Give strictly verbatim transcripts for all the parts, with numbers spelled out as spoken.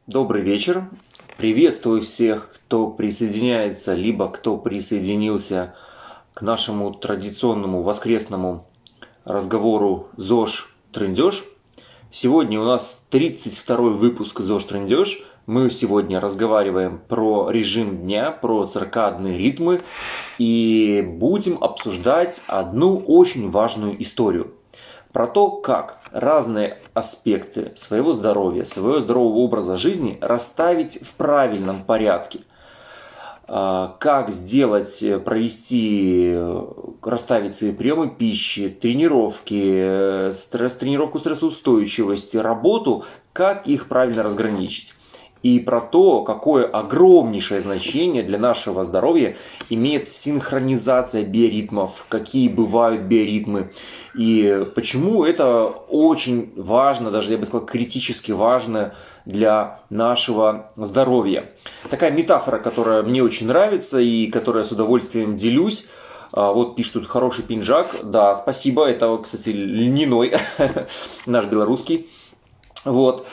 Добрый вечер. Приветствую всех, кто присоединяется, либо кто присоединился к нашему традиционному воскресному разговору ЗОЖ Трындеж. Сегодня у нас тридцать второй выпуск ЗОЖ Трындеж. Мы сегодня разговариваем про режим дня, про циркадные ритмы и будем обсуждать одну очень важную историю. Про то, как разные аспекты своего здоровья, своего здорового образа жизни расставить в правильном порядке. Как сделать, провести, расставить свои приемы пищи, тренировки, стресс, тренировку стрессоустойчивости, работу, как их правильно разграничить. И про то, какое огромнейшее значение для нашего здоровья имеет синхронизация биоритмов, какие бывают биоритмы, и почему это очень важно, даже я бы сказал, критически важно для нашего здоровья. Такая метафора, которая мне очень нравится и которой я с удовольствием делюсь. Вот пишет тут хороший пинжак. Да, спасибо, это, кстати, льняной, наш белорусский. Вот.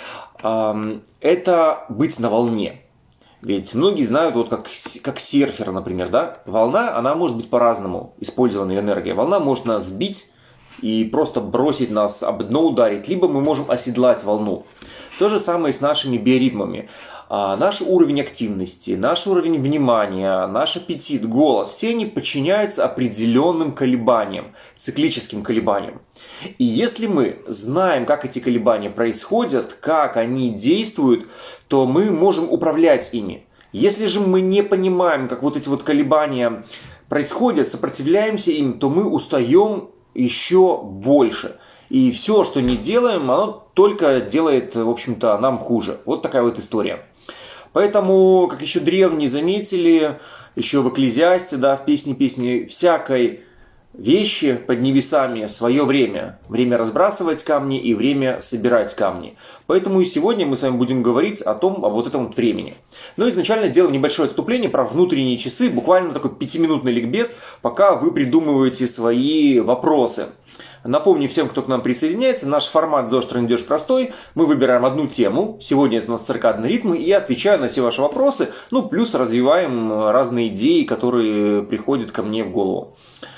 Это быть на волне. Ведь многие знают, вот как, как серфер, например, да? Волна, она может быть по-разному использованной энергия. Волна может нас сбить и просто бросить нас, об дно ударить, либо мы можем оседлать волну. То же самое с нашими биоритмами. А, наш уровень активности, наш уровень внимания, наш аппетит, голос, все они подчиняются определенным колебаниям, циклическим колебаниям. И если мы знаем, как эти колебания происходят, как они действуют, то мы можем управлять ими. Если же мы не понимаем, как вот эти вот колебания происходят, сопротивляемся им, то мы устаем еще больше. И все, что не делаем, оно только делает, в общем-то, нам хуже. Вот такая вот история. Поэтому, как еще древние заметили, еще в Экклезиасте, да, в песне песни, всякой вещи под небесами свое время. Время разбрасывать камни и время собирать камни. Поэтому и сегодня мы с вами будем говорить о том, об вот этом вот времени. Но изначально сделаем небольшое отступление про внутренние часы, буквально такой пятиминутный ликбез, пока вы придумываете свои вопросы. Напомню всем, кто к нам присоединяется, наш формат ЗОЖ Трындеж простой. Мы выбираем одну тему, сегодня это у нас циркадные ритмы, и отвечаю на все ваши вопросы, ну плюс развиваем разные идеи, которые приходят ко мне в голову.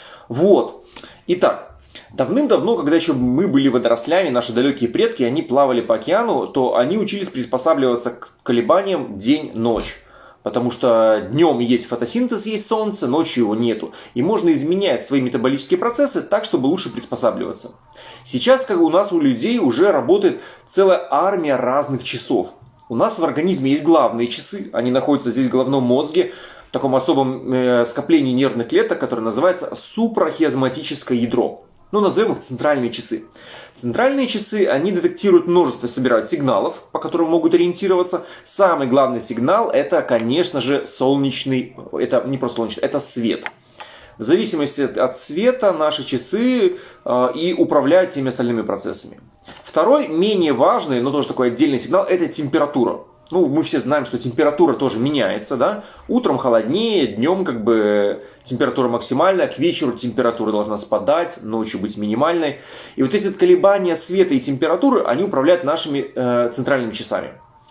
Вот, итак, давным-давно, когда еще мы были водорослями, наши далекие предки, они плавали по океану, то они учились приспосабливаться к колебаниям день-ночь. Потому что днем есть фотосинтез, есть солнце, ночью его нету. И можно изменять свои метаболические процессы так, чтобы лучше приспосабливаться. Сейчас, как у нас у людей, уже работает целая армия разных часов. У нас в организме есть главные часы, они находятся здесь в головном мозге, в таком особом э, скоплении нервных клеток, которое называется супрахиазматическое ядро. Ну, назовем их центральные часы. Центральные часы, они детектируют множество, собирают сигналов, по которым могут ориентироваться. Самый главный сигнал, это, конечно же, солнечный, это не просто солнечный, это свет. В зависимости от света наши часы э, и управляют всеми остальными процессами. Второй, менее важный, но тоже такой отдельный сигнал, это температура. Ну, мы все знаем, что температура тоже меняется, да? Утром холоднее, днем как бы температура максимальная, к вечеру температура должна спадать, ночью быть минимальной. И вот эти колебания света и температуры, они управляют нашими э, центральными часами.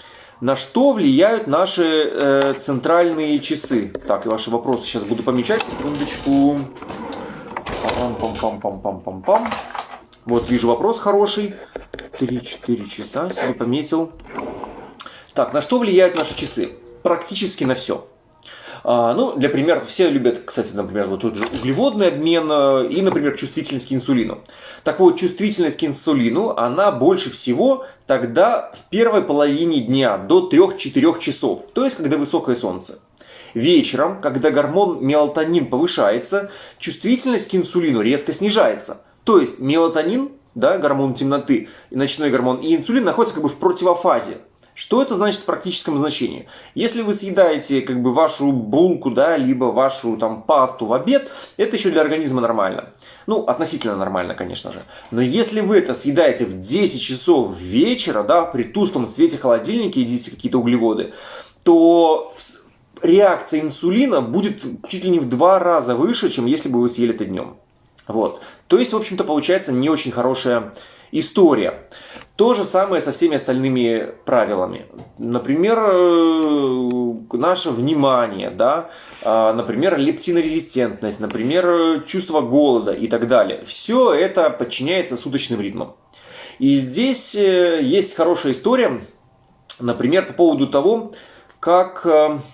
На что влияют наши э, центральные часы? Так, и ваши вопросы сейчас буду помечать, секундочку. Пам-пам-пам-пам-пам-пам. Вот вижу вопрос хороший. три-четыре часа, себе пометил. Так, на что влияют наши часы? Практически на все. А, ну, для примера, все любят, кстати, например, вот тот же углеводный обмен и, например, чувствительность к инсулину. Так вот, чувствительность к инсулину, она больше всего тогда в первой половине дня, до трёх-четырёх часов, то есть, когда высокое солнце. Вечером, когда гормон мелатонин повышается, чувствительность к инсулину резко снижается. То есть, мелатонин, да, гормон темноты, и ночной гормон, и инсулин находятся как бы в противофазе. Что это значит в практическом значении? Если вы съедаете как бы вашу булку, да, либо вашу там пасту в обед, это еще для организма нормально. Ну, относительно нормально, конечно же. Но если вы это съедаете в десять часов вечера, да, при тусклом свете холодильника, едите какие-то углеводы, то реакция инсулина будет чуть ли не в два раза выше, чем если бы вы съели это днем. Вот. То есть, в общем-то, получается не очень хорошая история. То же самое со всеми остальными правилами. Например, наше внимание, да? Например, лептинорезистентность, например, чувство голода и так далее. Все это подчиняется суточным ритмам. И здесь есть хорошая история, например, по поводу того, как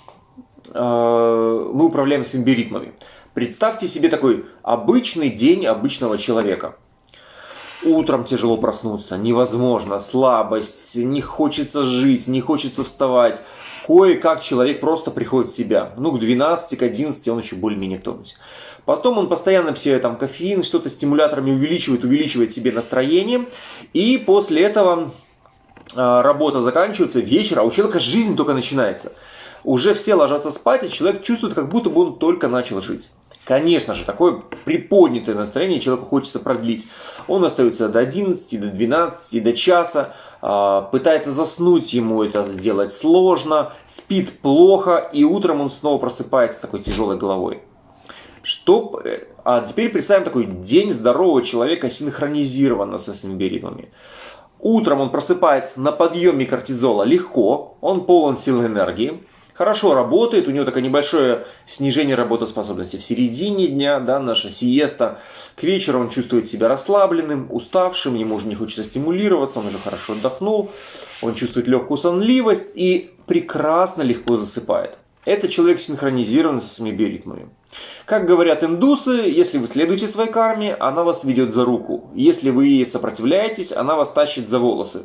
мы управляем своими биоритмами. Представьте себе такой обычный день обычного человека. Утром тяжело проснуться, невозможно, слабость, не хочется жить, не хочется вставать. Кое-как человек просто приходит в себя. Ну, к двенадцати, к одиннадцати он еще более-менее в тонусе. Потом он постоянно все там кофеин, что-то стимуляторами увеличивает, увеличивает себе настроение. И после этого э, работа заканчивается, вечер, а у человека жизнь только начинается. Уже все ложатся спать, и человек чувствует, как будто бы он только начал жить. Конечно же, такое приподнятое настроение человеку хочется продлить. Он остается до одиннадцати, до двенадцати, до часа, пытается заснуть, ему это сделать сложно, спит плохо, и утром он снова просыпается с такой тяжелой головой. Что... А теперь представим такой день здорового человека синхронизированно со своими биоритмами. Утром он просыпается на подъеме кортизола легко, он полон сил и энергии. Хорошо работает, у него такое небольшое снижение работоспособности в середине дня, да, наша сиеста. К вечеру он чувствует себя расслабленным, уставшим, ему уже не хочется стимулироваться, он уже хорошо отдохнул, он чувствует легкую сонливость и прекрасно легко засыпает. Это человек синхронизирован со своими биоритмами. Как говорят индусы, если вы следуете своей карме, она вас ведет за руку. Если вы ей сопротивляетесь, она вас тащит за волосы.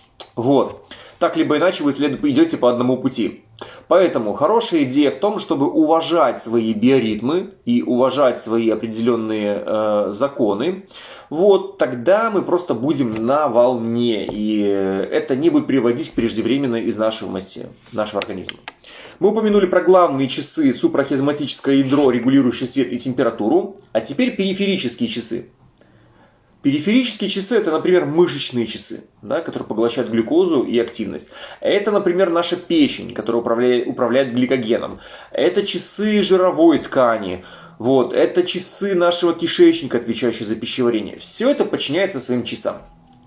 Вот. Так либо иначе вы идете по одному пути. Поэтому хорошая идея в том, чтобы уважать свои биоритмы и уважать свои определенные э, законы. Вот тогда мы просто будем на волне, и это не будет приводить к преждевременной изнашиваемости нашего организма. Мы упомянули про главные часы, супрахизматическое ядро, регулирующее свет и температуру, а теперь периферические часы. Периферические часы – это, например, мышечные часы, да, которые поглощают глюкозу и активность. Это, например, наша печень, которая управляет, управляет гликогеном. Это часы жировой ткани. Вот, это часы нашего кишечника, отвечающие за пищеварение. Все это подчиняется своим часам.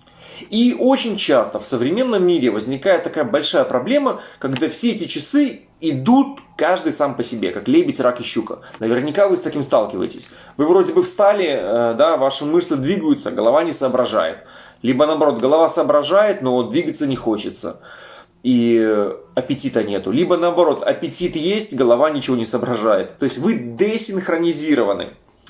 И очень часто в современном мире возникает такая большая проблема, когда все эти часы идут каждый сам по себе, как лебедь, рак и щука. Наверняка вы с таким сталкиваетесь. Вы вроде бы встали, да, ваши мышцы двигаются, голова не соображает. Либо наоборот, голова соображает, но двигаться не хочется. И аппетита нету. Либо наоборот, аппетит есть, голова ничего не соображает. То есть вы десинхронизированы.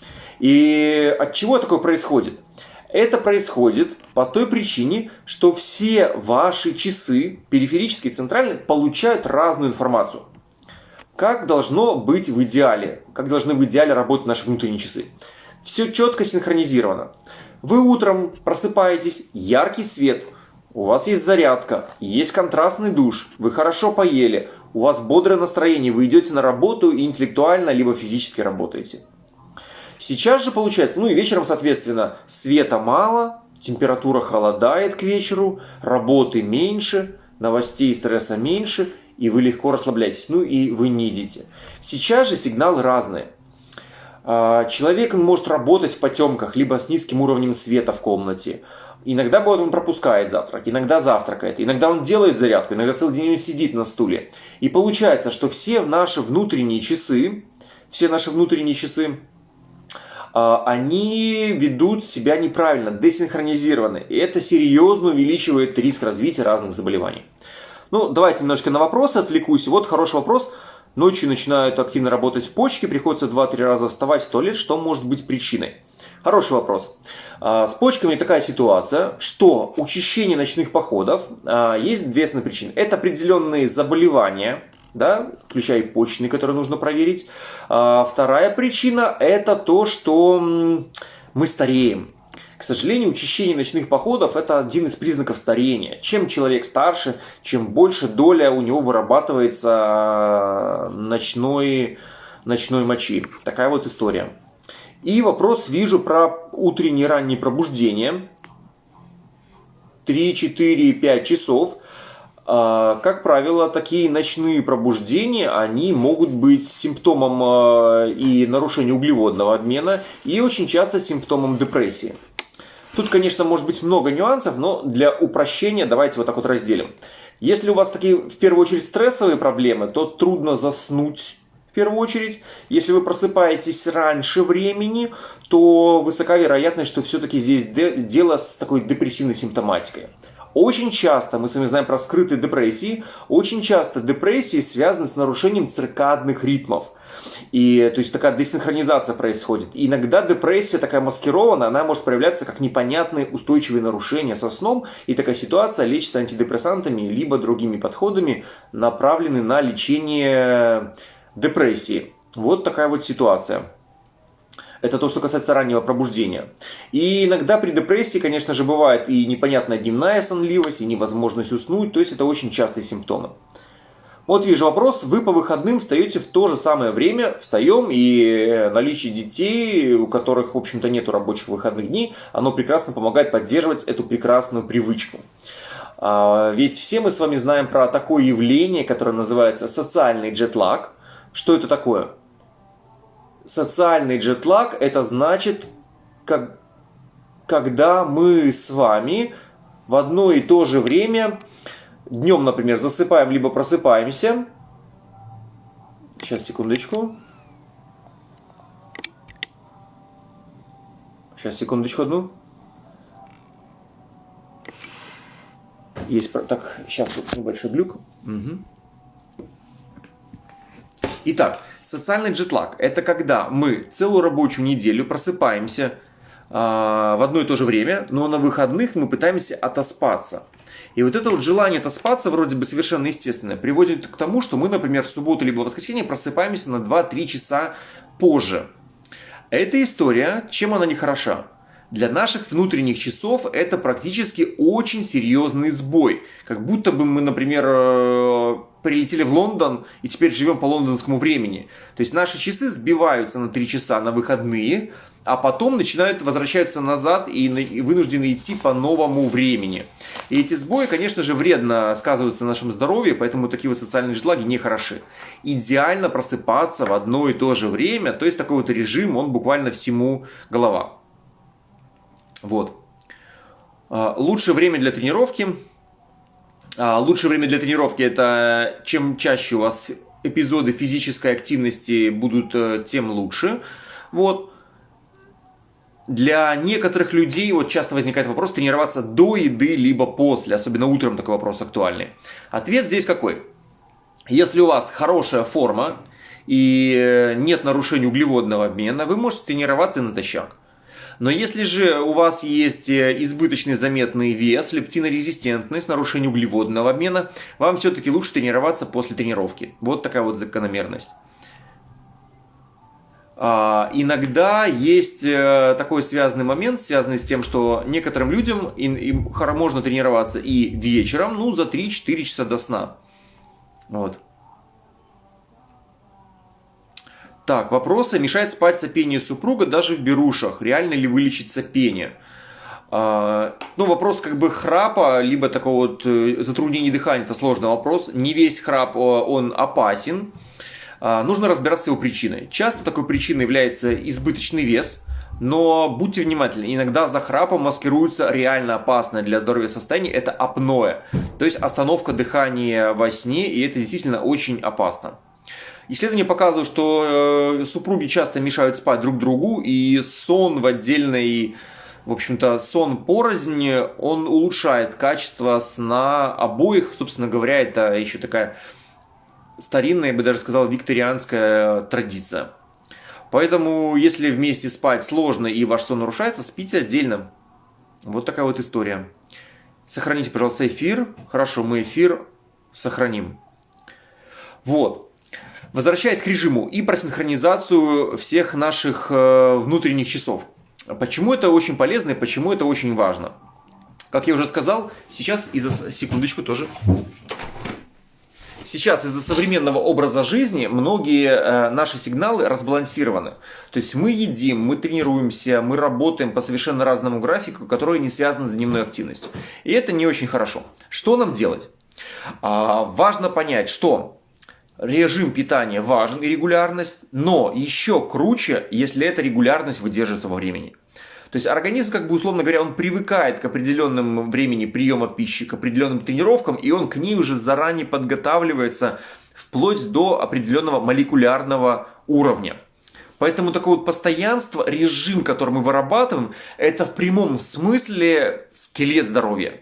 И от чего такое происходит? Это происходит по той причине, что все ваши часы, периферические и центральные, получают разную информацию. Как должно быть в идеале? Как должны в идеале работать наши внутренние часы? Все четко синхронизировано. Вы утром просыпаетесь, яркий свет, у вас есть зарядка, есть контрастный душ, вы хорошо поели, у вас бодрое настроение, вы идете на работу и интеллектуально либо физически работаете. Сейчас же получается, ну и вечером, соответственно, света мало, температура холодает к вечеру, работы меньше, новостей и стресса меньше, и вы легко расслабляетесь, ну и вы не едите. Сейчас же сигналы разные. Человек может работать в потемках, либо с низким уровнем света в комнате. Иногда бывает, он пропускает завтрак, иногда завтракает, иногда он делает зарядку, иногда целый день он сидит на стуле. И получается, что все наши внутренние часы, все наши внутренние часы, они ведут себя неправильно, десинхронизированы. И это серьезно увеличивает риск развития разных заболеваний. Ну, давайте немножко на вопросы отвлекусь. Вот хороший вопрос. Ночью начинают активно работать почки, приходится два-три раза вставать в туалет. Что может быть причиной? Хороший вопрос. С почками такая ситуация, что учащение ночных походов есть две основные причины. Это определенные заболевания, да, включая и почечные, которые нужно проверить. А вторая причина – это то, что мы стареем. К сожалению, учащение ночных походов – это один из признаков старения. Чем человек старше, чем больше доля у него вырабатывается ночной, ночной мочи. Такая вот история. И вопрос вижу про утреннее раннее пробуждение. три, четыре, пять часов. Как правило, такие ночные пробуждения, они могут быть симптомом и нарушения углеводного обмена, и очень часто симптомом депрессии. Тут, конечно, может быть много нюансов, но для упрощения давайте вот так вот разделим. Если у вас такие, в первую очередь, стрессовые проблемы, то трудно заснуть, в первую очередь. Если вы просыпаетесь раньше времени, то высока вероятность, что все-таки здесь дело с такой депрессивной симптоматикой. Очень часто, мы с вами знаем про скрытые депрессии, очень часто депрессии связаны с нарушением циркадных ритмов. И, то есть такая десинхронизация происходит. И иногда депрессия такая маскированная, она может проявляться как непонятные устойчивые нарушения со сном. И такая ситуация лечится антидепрессантами, либо другими подходами, направленные на лечение депрессии. Вот такая вот ситуация. Это то, что касается раннего пробуждения. И иногда при депрессии, конечно же, бывает и непонятная дневная сонливость, и невозможность уснуть. То есть это очень частые симптомы. Вот вижу вопрос. Вы по выходным встаете в то же самое время. Встаем, и наличие детей, у которых, в общем-то, нету рабочих выходных дней, оно прекрасно помогает поддерживать эту прекрасную привычку. Ведь все мы с вами знаем про такое явление, которое называется социальный джетлаг. Что это такое? Социальный джетлаг – это значит, как, когда мы с вами в одно и то же время днем, например, засыпаем либо просыпаемся. Сейчас, секундочку. Сейчас, секундочку одну. Есть, так, сейчас вот небольшой глюк. Угу. Итак, социальный джетлаг – это когда мы целую рабочую неделю просыпаемся э, в одно и то же время, но на выходных мы пытаемся отоспаться. И вот это вот желание отоспаться, вроде бы совершенно естественное, приводит к тому, что мы, например, в субботу либо в воскресенье просыпаемся на два-три часа позже. Эта история, чем она не хороша? Для наших внутренних часов это практически очень серьезный сбой. Как будто бы мы, например, прилетели в Лондон и теперь живем по лондонскому времени. То есть наши часы сбиваются на три часа на выходные, а потом начинают возвращаться назад и вынуждены идти по новому времени. И эти сбои, конечно же, вредно сказываются на нашем здоровье, поэтому такие вот социальные джетлаги не хороши. Идеально просыпаться в одно и то же время, то есть такой вот режим, он буквально всему голова. Вот. Лучшее время для тренировки. Лучшее время для тренировки – это чем чаще у вас эпизоды физической активности будут, тем лучше. Вот. Для некоторых людей вот часто возникает вопрос тренироваться до еды либо после, особенно утром такой вопрос актуальный. Ответ здесь какой? Если у вас хорошая форма и нет нарушений углеводного обмена, вы можете тренироваться натощак. Но если же у вас есть избыточный заметный вес, лептинорезистентность, нарушение углеводного обмена, вам все-таки лучше тренироваться после тренировки. Вот такая вот закономерность. А, иногда есть такой связанный момент, связанный с тем, что некоторым людям им, им можно тренироваться и вечером, ну, за три-четыре часа до сна. Вот. Так, вопросы. Мешает спать сопение супруга даже в берушах. Реально ли вылечить сопение? А, ну, вопрос как бы храпа, либо такого вот затруднения дыхания, это сложный вопрос. Не весь храп, он опасен. А, нужно разбираться с его причиной. Часто такой причиной является избыточный вес. Но будьте внимательны, иногда за храпом маскируется реально опасное для здоровья состояние, это апноэ. То есть остановка дыхания во сне, и это действительно очень опасно. Исследования показывают, что супруги часто мешают спать друг другу, и сон в отдельной, в общем-то, сон порознь, он улучшает качество сна обоих. Собственно говоря, это еще такая старинная, я бы даже сказал, викторианская традиция. Поэтому, если вместе спать сложно и ваш сон нарушается, спите отдельно. Вот такая вот история. Сохраните, пожалуйста, эфир. Хорошо, мы эфир сохраним. Вот. Возвращаясь к режиму и про синхронизацию всех наших э, внутренних часов. Почему это очень полезно и почему это очень важно? Как я уже сказал, сейчас из-за... Секундочку тоже. Сейчас из-за современного образа жизни многие э, наши сигналы разбалансированы. То есть мы едим, мы тренируемся, мы работаем по совершенно разному графику, который не связан с дневной активностью. И это не очень хорошо. Что нам делать? А, важно понять, что режим питания важен и регулярность, но еще круче, если эта регулярность выдерживается во времени. То есть организм, как бы условно говоря, он привыкает к определенному времени приема пищи, к определенным тренировкам, и он к ней уже заранее подготавливается вплоть до определенного молекулярного уровня. Поэтому такое вот постоянство, режим, который мы вырабатываем, это в прямом смысле скелет здоровья.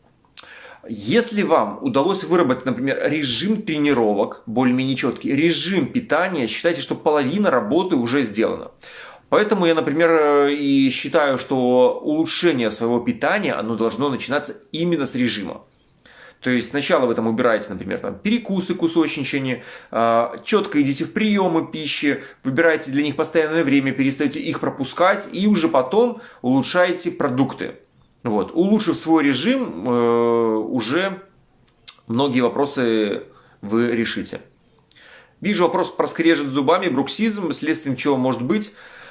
Если вам удалось выработать, например, режим тренировок, более-менее четкий, режим питания, считайте, что половина работы уже сделана. Поэтому я, например, и считаю, что улучшение своего питания, оно должно начинаться именно с режима. То есть сначала вы там убираете, например, там, перекусы, кусочничание, четко идите в приемы пищи, выбираете для них постоянное время, перестаете их пропускать и уже потом улучшаете продукты. Вот. Улучшив свой режим, э, уже многие вопросы вы решите. Вижу вопрос про скрежет зубами, бруксизм, следствием чего может быть.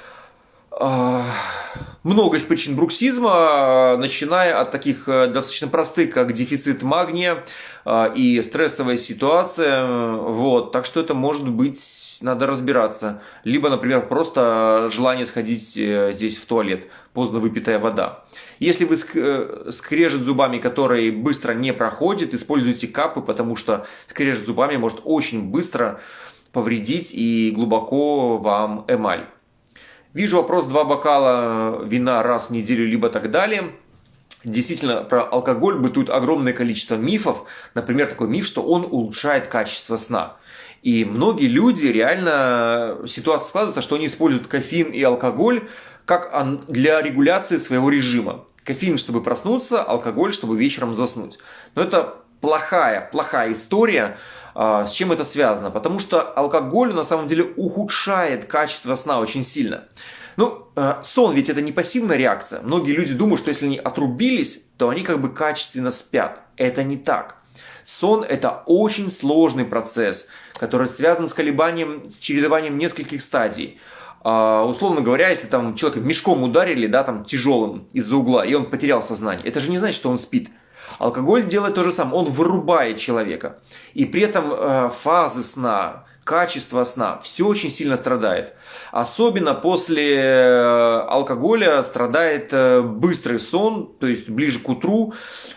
Э, много есть причин бруксизма, начиная от таких достаточно простых, как дефицит магния э, и стрессовая ситуация. Вот. Так что это может быть, надо разбираться. Либо, например, просто желание сходить здесь в туалет, поздно выпитая вода. Если вы скрежет зубами, который быстро не проходит, используйте капы, потому что скрежет зубами может очень быстро повредить и глубоко вам эмаль. Вижу вопрос: два бокала вина раз в неделю, либо так далее. Действительно, про алкоголь бытует огромное количество мифов. Например, такой миф, что он улучшает качество сна. И многие люди, реально ситуация складывается, что они используют кофеин и алкоголь как для регуляции своего режима. Кофеин, чтобы проснуться, алкоголь, чтобы вечером заснуть. Но это плохая, плохая история. С чем это связано? Потому что алкоголь на самом деле ухудшает качество сна очень сильно. Ну, сон ведь это не пассивная реакция. Многие люди думают, что если они отрубились, то они как бы качественно спят. Это не так. Сон – это очень сложный процесс, который связан с колебанием, с чередованием нескольких стадий. Uh, условно говоря, если там человека мешком ударили, да, там тяжелым из-за угла, и он потерял сознание, это же не значит, что он спит. Алкоголь делает то же самое, он вырубает человека. И при этом uh, фазы сна, качество сна, все очень сильно страдает. Особенно после uh, алкоголя страдает uh, быстрый сон, то есть ближе к утру.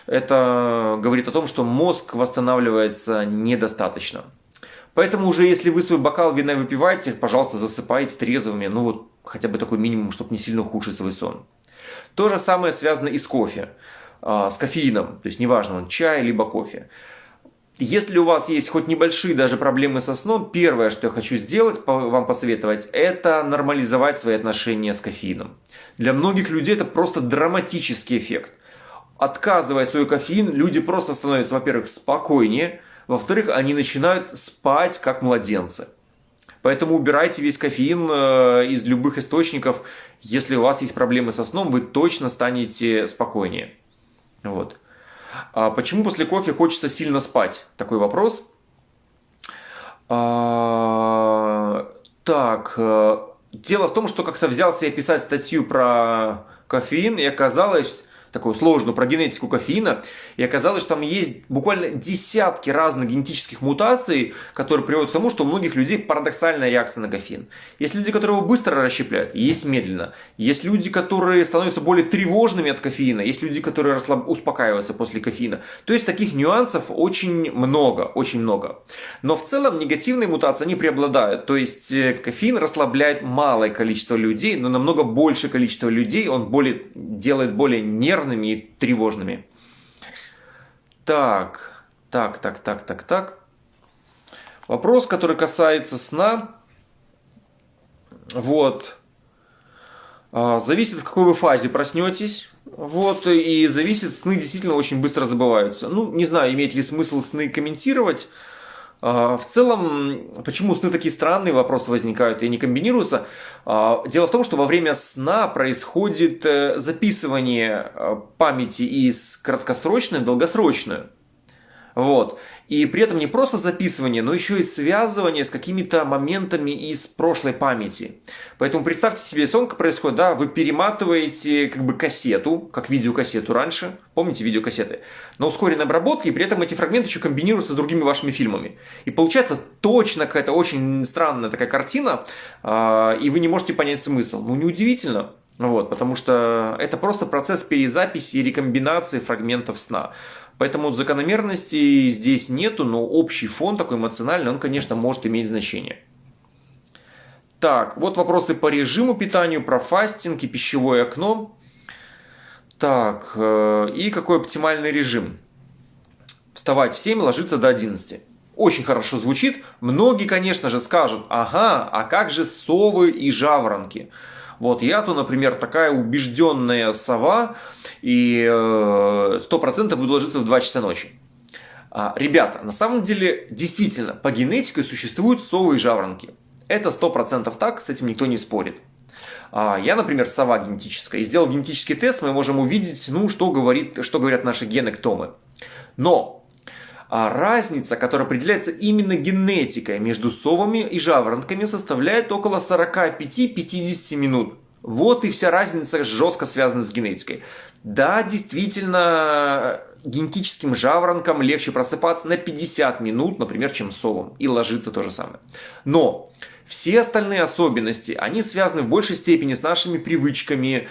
Это говорит о том, что мозг восстанавливается недостаточно. Поэтому уже если вы свой бокал вина выпиваете, пожалуйста, засыпайте трезвыми, ну вот хотя бы такой минимум, чтобы не сильно ухудшить свой сон. То же самое связано и с кофе, с кофеином, то есть неважно, он чай либо кофе. Если у вас есть хоть небольшие даже проблемы со сном, первое, что я хочу сделать, вам посоветовать, это нормализовать свои отношения с кофеином. Для многих людей это просто драматический эффект. Отказывая свой кофеин, люди просто становятся, во-первых, спокойнее, во-вторых, они начинают спать как младенцы. Поэтому убирайте весь кофеин из любых источников. Если у вас есть проблемы со сном, вы точно станете спокойнее. Вот. А почему после кофе хочется сильно спать? Такой вопрос. А, так, дело в том, что как-то взялся я писать статью про кофеин, и оказалось, такую сложную, про генетику кофеина, и оказалось, что там есть буквально десятки разных генетических мутаций, которые приводят к тому, что у многих людей парадоксальная реакция на кофеин. Есть люди, которые его быстро расщепляют, есть медленно. Есть люди, которые становятся более тревожными от кофеина, есть люди, которые расслаб... успокаиваются после кофеина. То есть таких нюансов очень много, очень много. Но в целом негативные мутации, они преобладают. То есть кофеин расслабляет малое количество людей, но намного большее количество людей он более... делает более нервными и тревожными. Так, так, так, так, так, так. Вопрос, который касается сна. Вот. Зависит, в какой вы фазе проснетесь. Вот, и зависит, сны действительно очень быстро забываются. Ну, не знаю, имеет ли смысл сны комментировать. В целом, почему сны такие странные, вопросы возникают и не комбинируются. Дело в том, что во время сна происходит записывание памяти из краткосрочной в долгосрочную. Вот. И при этом не просто записывание, но еще и связывание с какими-то моментами из прошлой памяти. Поэтому представьте себе, сон как происходит, да, вы перематываете как бы кассету, как видеокассету раньше, помните видеокассеты, на ускоренной обработке, и при этом эти фрагменты еще комбинируются с другими вашими фильмами. И получается точно какая-то очень странная такая картина, и вы не можете понять смысл. Ну, неудивительно. Вот, потому что это просто процесс перезаписи и рекомбинации фрагментов сна. Поэтому закономерностей здесь нету, но общий фон такой эмоциональный, он, конечно, может иметь значение. Так, вот вопросы по режиму питанию, про фастинг и пищевое окно. Так, и какой оптимальный режим? Вставать в семь, ложиться до одиннадцати. Очень хорошо звучит. Многие, конечно же, скажут: ага, а как же совы и жаворонки? Вот я-то, например, такая убежденная сова, и сто процентов буду ложиться в два часа ночи. А, ребята, на самом деле, действительно, по генетике существуют совы и жаворонки. Это сто процентов так, с этим никто не спорит. А, я, например, сова генетическая, и сделал генетический тест, мы можем увидеть, ну, что, говорит, что говорят наши гены, кто мы. Но а разница, которая определяется именно генетикой между совами и жаворонками, составляет около сорок пять - пятьдесят минут. Вот и вся разница жестко связана с генетикой. Да, действительно, генетическим жаворонкам легче просыпаться на пятьдесят минут, например, чем совам, и ложиться то же самое. Но все остальные особенности, они связаны в большей степени с нашими привычками,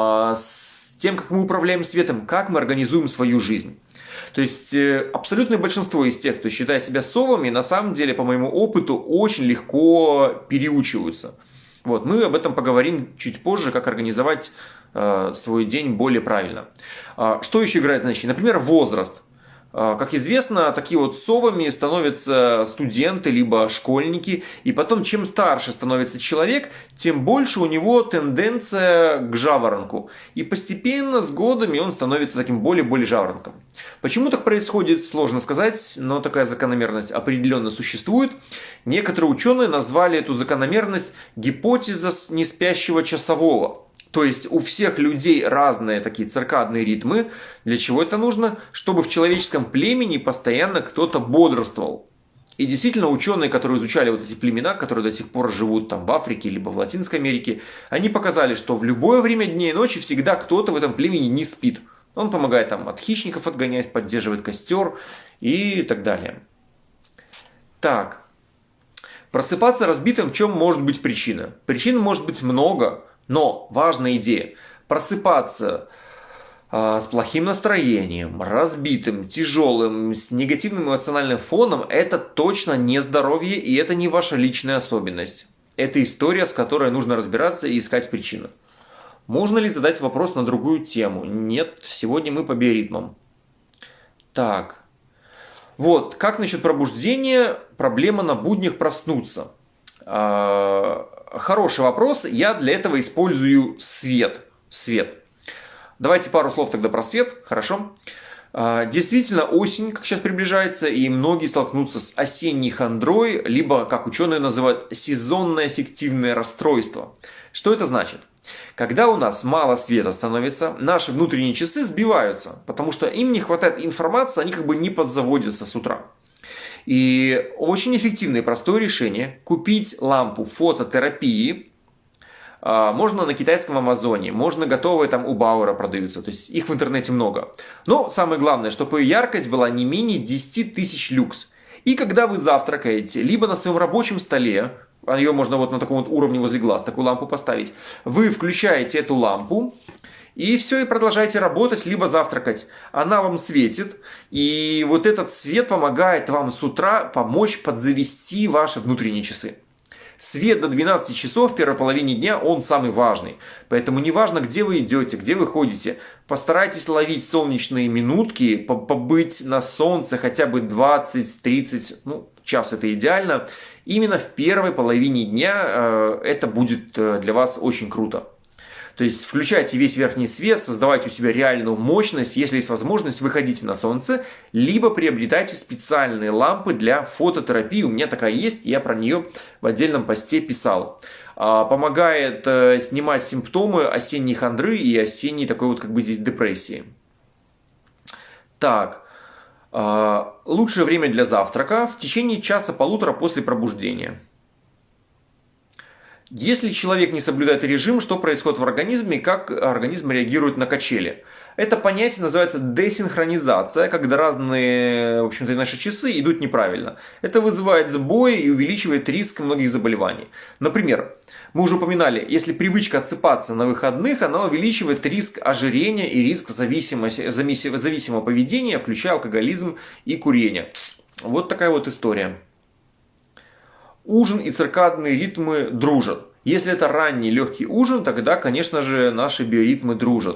с тем, как мы управляем светом, как мы организуем свою жизнь. То есть абсолютное большинство из тех, кто считает себя совами, на самом деле, по моему опыту, очень легко переучиваются. Вот, мы об этом поговорим чуть позже, как организовать э, свой день более правильно. А, что еще играет значение? Например, возраст. А, как известно, такие вот совами становятся студенты, либо школьники. И потом, чем старше становится человек, тем больше у него тенденция к жаворонку. И постепенно, с годами, он становится таким более-более жаворонком. Почему так происходит, сложно сказать, но такая закономерность определенно существует. Некоторые ученые назвали эту закономерность гипотеза неспящего часового. То есть у всех людей разные такие циркадные ритмы. Для чего это нужно? Чтобы в человеческом племени постоянно кто-то бодрствовал. И действительно, ученые, которые изучали вот эти племена, которые до сих пор живут там в Африке либо в Латинской Америке, они показали, что в любое время дня и ночи всегда кто-то в этом племени не спит. Он помогает там от хищников отгонять, поддерживает костер и так далее. Так. Просыпаться разбитым, в чем может быть причина? Причин может быть много. Но важная идея – просыпаться э, с плохим настроением, разбитым, тяжелым, с негативным эмоциональным фоном – это точно не здоровье, и это не ваша личная особенность. Это история, с которой нужно разбираться и искать причину. Можно ли задать вопрос на другую тему? Нет, сегодня мы по биоритмам. Так, вот, как насчет пробуждения? Проблема на буднях проснуться. Э, Хороший вопрос. Я для этого использую свет. Свет. Давайте пару слов тогда про свет. Хорошо. Действительно, осень, как сейчас приближается, и многие столкнутся с осенней хандрой, либо, как ученые называют, сезонное аффективное расстройство. Что это значит? Когда у нас мало света становится, наши внутренние часы сбиваются, потому что им не хватает информации, они как бы не подзаводятся с утра. И очень эффективное и простое решение – купить лампу фототерапии. Можно на китайском Амазоне, можно готовые, там у Бауэра продаются, то есть их в интернете много. Но самое главное, чтобы яркость была не менее десять тысяч люкс. И когда вы завтракаете, либо на своем рабочем столе, а ее можно вот на таком вот уровне возле глаз, такую лампу поставить, вы включаете эту лампу, и все, и продолжаете работать, либо завтракать. Она вам светит, и вот этот свет помогает вам с утра помочь подзавести ваши внутренние часы. Свет до двенадцати часов в первой половине дня, он самый важный. Поэтому неважно, где вы идете, где вы ходите, постарайтесь ловить солнечные минутки, побыть на солнце хотя бы двадцать-тридцать, ну, час это идеально. Именно в первой половине дня э, это будет для вас очень круто. То есть включайте весь верхний свет, создавайте у себя реальную мощность. Если есть возможность, выходите на солнце, либо приобретайте специальные лампы для фототерапии. У меня такая есть, я про нее в отдельном посте писал. Помогает снимать симптомы осенней хандры и осенней такой вот как бы здесь депрессии. Так, лучшее время для завтрака в течение часа-полутора после пробуждения. Если человек не соблюдает режим, что происходит в организме, как организм реагирует на качели? Это понятие называется десинхронизация, когда разные, в общем-то, наши часы идут неправильно. Это вызывает сбои и увеличивает риск многих заболеваний. Например, мы уже упоминали, если привычка отсыпаться на выходных, она увеличивает риск ожирения и риск зависимости, зависимого поведения, включая алкоголизм и курение. Вот такая вот история. Ужин и циркадные ритмы дружат. Если это ранний легкий ужин, тогда, конечно же, наши биоритмы дружат.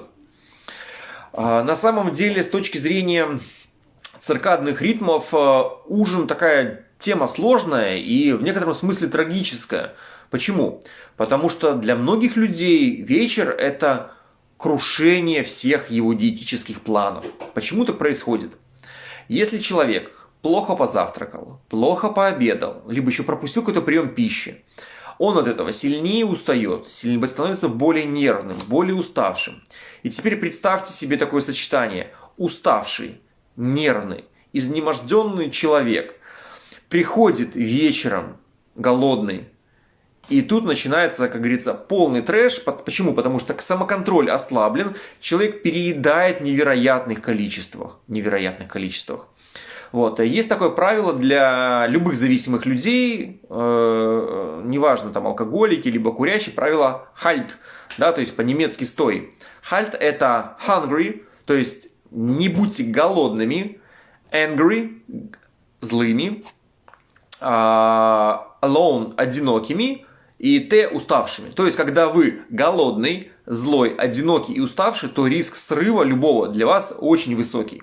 На самом деле, с точки зрения циркадных ритмов, ужин такая тема сложная и в некотором смысле трагическая. Почему? Потому что для многих людей вечер – это крушение всех его диетических планов. Почему так происходит? Если человек плохо позавтракал, плохо пообедал, либо еще пропустил какой-то прием пищи, он от этого сильнее устает, сильнее становится более нервным, более уставшим. И теперь представьте себе такое сочетание. Уставший, нервный, изнеможденный человек приходит вечером голодный. И тут начинается, как говорится, полный трэш. Почему? Потому что самоконтроль ослаблен, человек переедает в невероятных количествах. Невероятных количествах. Вот. Есть такое правило для любых зависимых людей, э, неважно, там алкоголики, либо курящие, правило halt, да, то есть по-немецки стой. Halt это hungry, то есть не будьте голодными, angry, злыми, э, alone, одинокими и t, уставшими. То есть когда вы голодный, злой, одинокий и уставший, то риск срыва любого для вас очень высокий.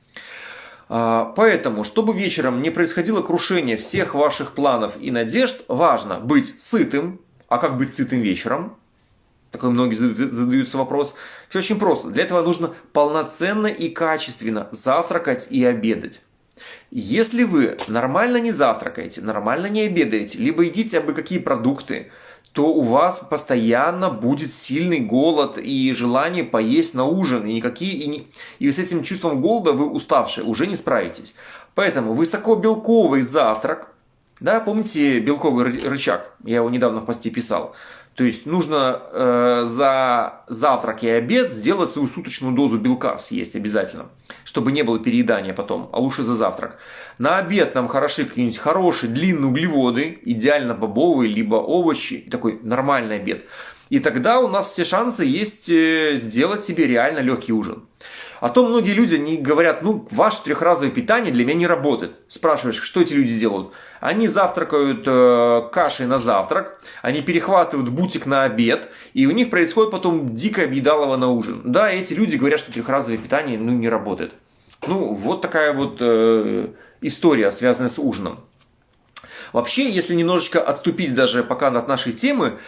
Поэтому, чтобы вечером не происходило крушение всех ваших планов и надежд, важно быть сытым. А как быть сытым вечером? Такой многие задаются вопрос. Все очень просто. Для этого нужно полноценно и качественно завтракать и обедать. Если вы нормально не завтракаете, нормально не обедаете, либо едите абы какие продукты, то у вас постоянно будет сильный голод и желание поесть на ужин. И, никакие, и, не, и с этим чувством голода вы уставшие, уже не справитесь. Поэтому высокобелковый завтрак, да, помните белковый рычаг? Я его недавно в посте писал. То есть нужно э, за завтрак и обед сделать свою суточную дозу белка, съесть обязательно, чтобы не было переедания потом, а лучше за завтрак. На обед нам хороши какие-нибудь хорошие длинные углеводы, идеально бобовые, либо овощи, такой нормальный обед. И тогда у нас все шансы есть сделать себе реально легкий ужин. А то многие люди не говорят, ну, ваше трехразовое питание для меня не работает. Спрашиваешь, что эти люди делают? Они завтракают э, кашей на завтрак, они перехватывают бутик на обед, и у них происходит потом дикое объедалово на ужин. Да, эти люди говорят, что трехразовое питание ну, не работает. Ну, вот такая вот э, история, связанная с ужином. Вообще, если немножечко отступить даже пока от нашей темы,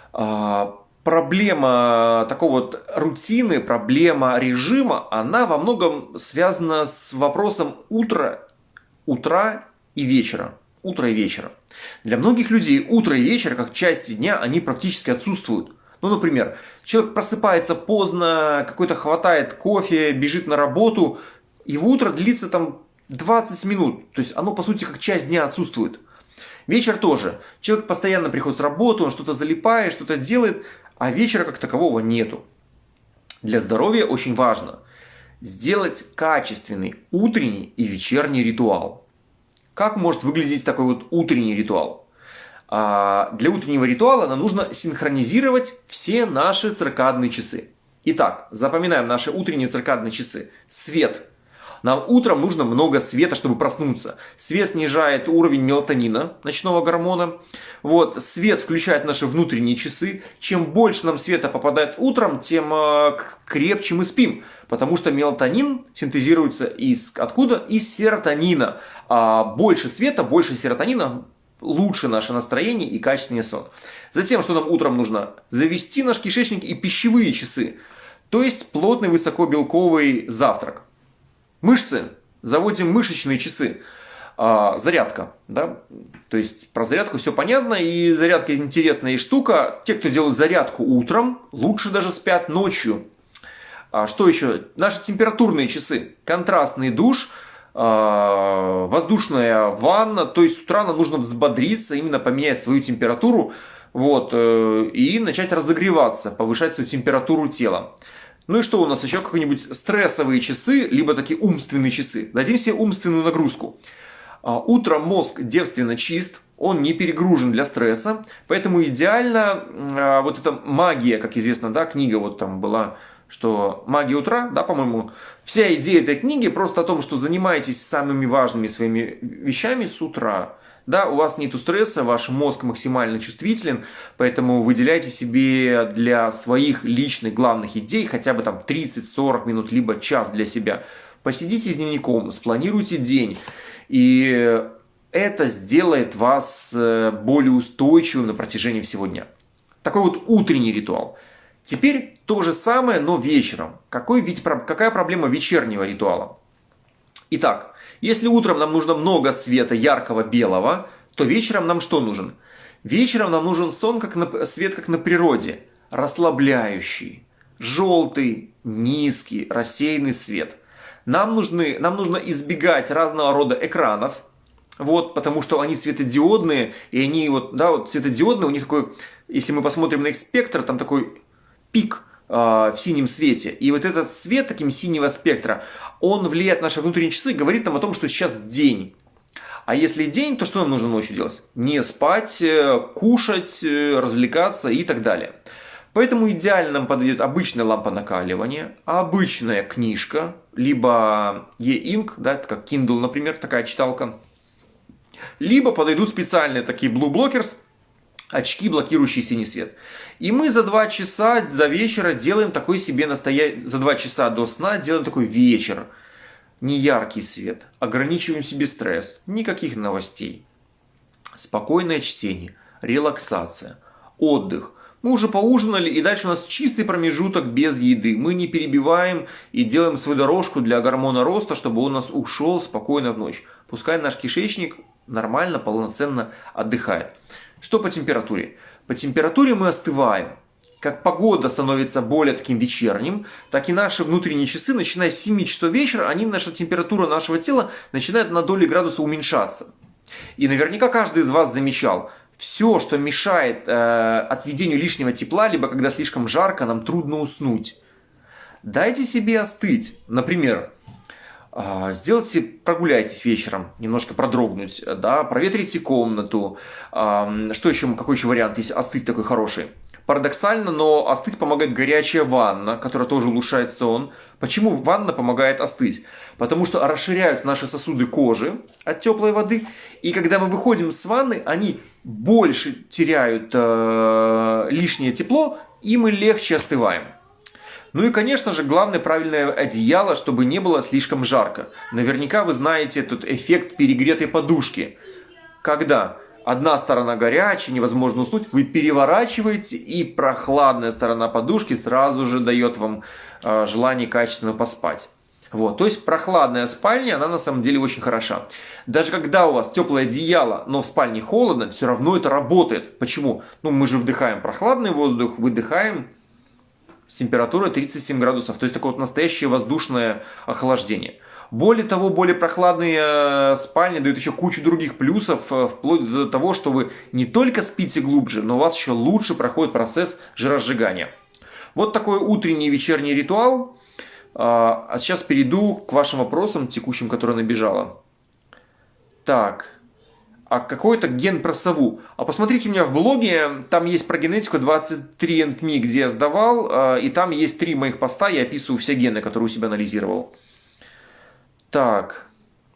проблема такого вот рутины, проблема режима, она во многом связана с вопросом утра, утра и вечера. Утро и вечера. Для многих людей утро и вечер, как части дня, они практически отсутствуют. Ну, например, человек просыпается поздно, какой-то хватает кофе, бежит на работу, его утро длится там двадцать минут. То есть оно, по сути, как часть дня отсутствует. Вечер тоже. Человек постоянно приходит с работы, он что-то залипает, что-то делает, а вечера как такового нету. Для здоровья очень важно сделать качественный утренний и вечерний ритуал. Как может выглядеть такой вот утренний ритуал? Для утреннего ритуала нам нужно синхронизировать все наши циркадные часы. Итак, запоминаем наши утренние циркадные часы. Свет. Нам утром нужно много света, чтобы проснуться. Свет снижает уровень мелатонина, ночного гормона. Вот, свет включает наши внутренние часы. Чем больше нам света попадает утром, тем э, крепче мы спим. Потому что мелатонин синтезируется из откуда? Из серотонина. А больше света, больше серотонина, лучше наше настроение и качественнее сон. Затем, что нам утром нужно? Завести наш кишечник и пищевые часы. То есть плотный высокобелковый завтрак. Мышцы. Заводим мышечные часы. А, зарядка. Да? То есть про зарядку все понятно. И зарядка интересная штука. Те, кто делает зарядку утром, лучше даже спят ночью. А, что еще? Наши температурные часы. Контрастный душ. А, воздушная ванна. То есть с утра нам нужно взбодриться, именно поменять свою температуру. Вот, э, и начать разогреваться, повышать свою температуру тела. Ну и что у нас еще? Какие-нибудь стрессовые часы, либо такие умственные часы. Дадим себе умственную нагрузку. А, утром мозг девственно чист, он не перегружен для стресса, поэтому идеально а, вот эта магия, как известно, да, книга вот там была, что «Магия утра», да, по-моему, вся идея этой книги просто о том, что занимаетесь самыми важными своими вещами с утра. Да, у вас нету стресса, ваш мозг максимально чувствителен, поэтому выделяйте себе для своих личных главных идей хотя бы там тридцать-сорок минут, либо час для себя. Посидите с дневником, спланируйте день, и это сделает вас более устойчивым на протяжении всего дня. Такой вот утренний ритуал. Теперь то же самое, но вечером. Какой, какая проблема вечернего ритуала? Итак, если утром нам нужно много света яркого белого, то вечером нам что нужен? Вечером нам нужен сон, как на, свет, как на природе. Расслабляющий, желтый, низкий, рассеянный свет. Нам, нужны, нам нужно избегать разного рода экранов, вот, потому что они светодиодные, и они вот, да, вот светодиодные, у них такой, если мы посмотрим на их спектр, там такой пик э, в синем свете. И вот этот свет таким синего спектра, он влияет на наши внутренние часы и говорит нам о том, что сейчас день. А если день, то что нам нужно ночью делать? Не спать, кушать, развлекаться и так далее. Поэтому идеально нам подойдет обычная лампа накаливания, обычная книжка, либо e-ink, да, это как Kindle, например, такая читалка. Либо подойдут специальные такие Blue Blockers, очки, блокирующие синий свет. И мы за два часа до вечера делаем такой себе настоящий, за два часа до сна делаем такой вечер. Неяркий свет, ограничиваем себе стресс, никаких новостей. Спокойное чтение, релаксация, отдых. Мы уже поужинали, и дальше у нас чистый промежуток без еды. Мы не перебиваем и делаем свою дорожку для гормона роста, чтобы он у нас ушел спокойно в ночь. Пускай наш кишечник нормально, полноценно отдыхает. Что по температуре? По температуре мы остываем. Как погода становится более таким вечерним, так и наши внутренние часы, начиная с семи часов вечера, они, наша температура нашего тела начинает на доли градуса уменьшаться. И наверняка каждый из вас замечал, все, что мешает э, отведению лишнего тепла, либо когда слишком жарко, нам трудно уснуть. Дайте себе остыть. Например, э, сделайте, прогуляйтесь вечером, немножко продрогнуть, да, проветрите комнату. Э, что еще, какой еще вариант есть остыть такой хороший? Парадоксально, но остыть помогает горячая ванна, которая тоже улучшает сон. Почему ванна помогает остыть? Потому что расширяются наши сосуды кожи от теплой воды, и когда мы выходим с ванны, они больше теряют э, лишнее тепло, и мы легче остываем. Ну и, конечно же, главное правильное одеяло, чтобы не было слишком жарко. Наверняка вы знаете этот эффект перегретой подушки. Когда одна сторона горячая, невозможно уснуть, вы переворачиваете, и прохладная сторона подушки сразу же дает вам э, желание качественно поспать. Вот, то есть прохладная спальня, она на самом деле очень хороша. Даже когда у вас теплое одеяло, но в спальне холодно, все равно это работает. Почему? Ну, мы же вдыхаем прохладный воздух, выдыхаем с температурой тридцать семь градусов. То есть такое вот настоящее воздушное охлаждение. Более того, более прохладные спальни дают еще кучу других плюсов, вплоть до того, что вы не только спите глубже, но у вас еще лучше проходит процесс жиросжигания. Вот такой утренний и вечерний ритуал. А сейчас перейду к вашим вопросам, текущим, которые набежало. Так, а какой-то ген про сову. А посмотрите у меня в блоге, там есть про генетику двадцать три энд ми, где я сдавал, и там есть три моих поста, я описываю все гены, которые у себя анализировал. Так,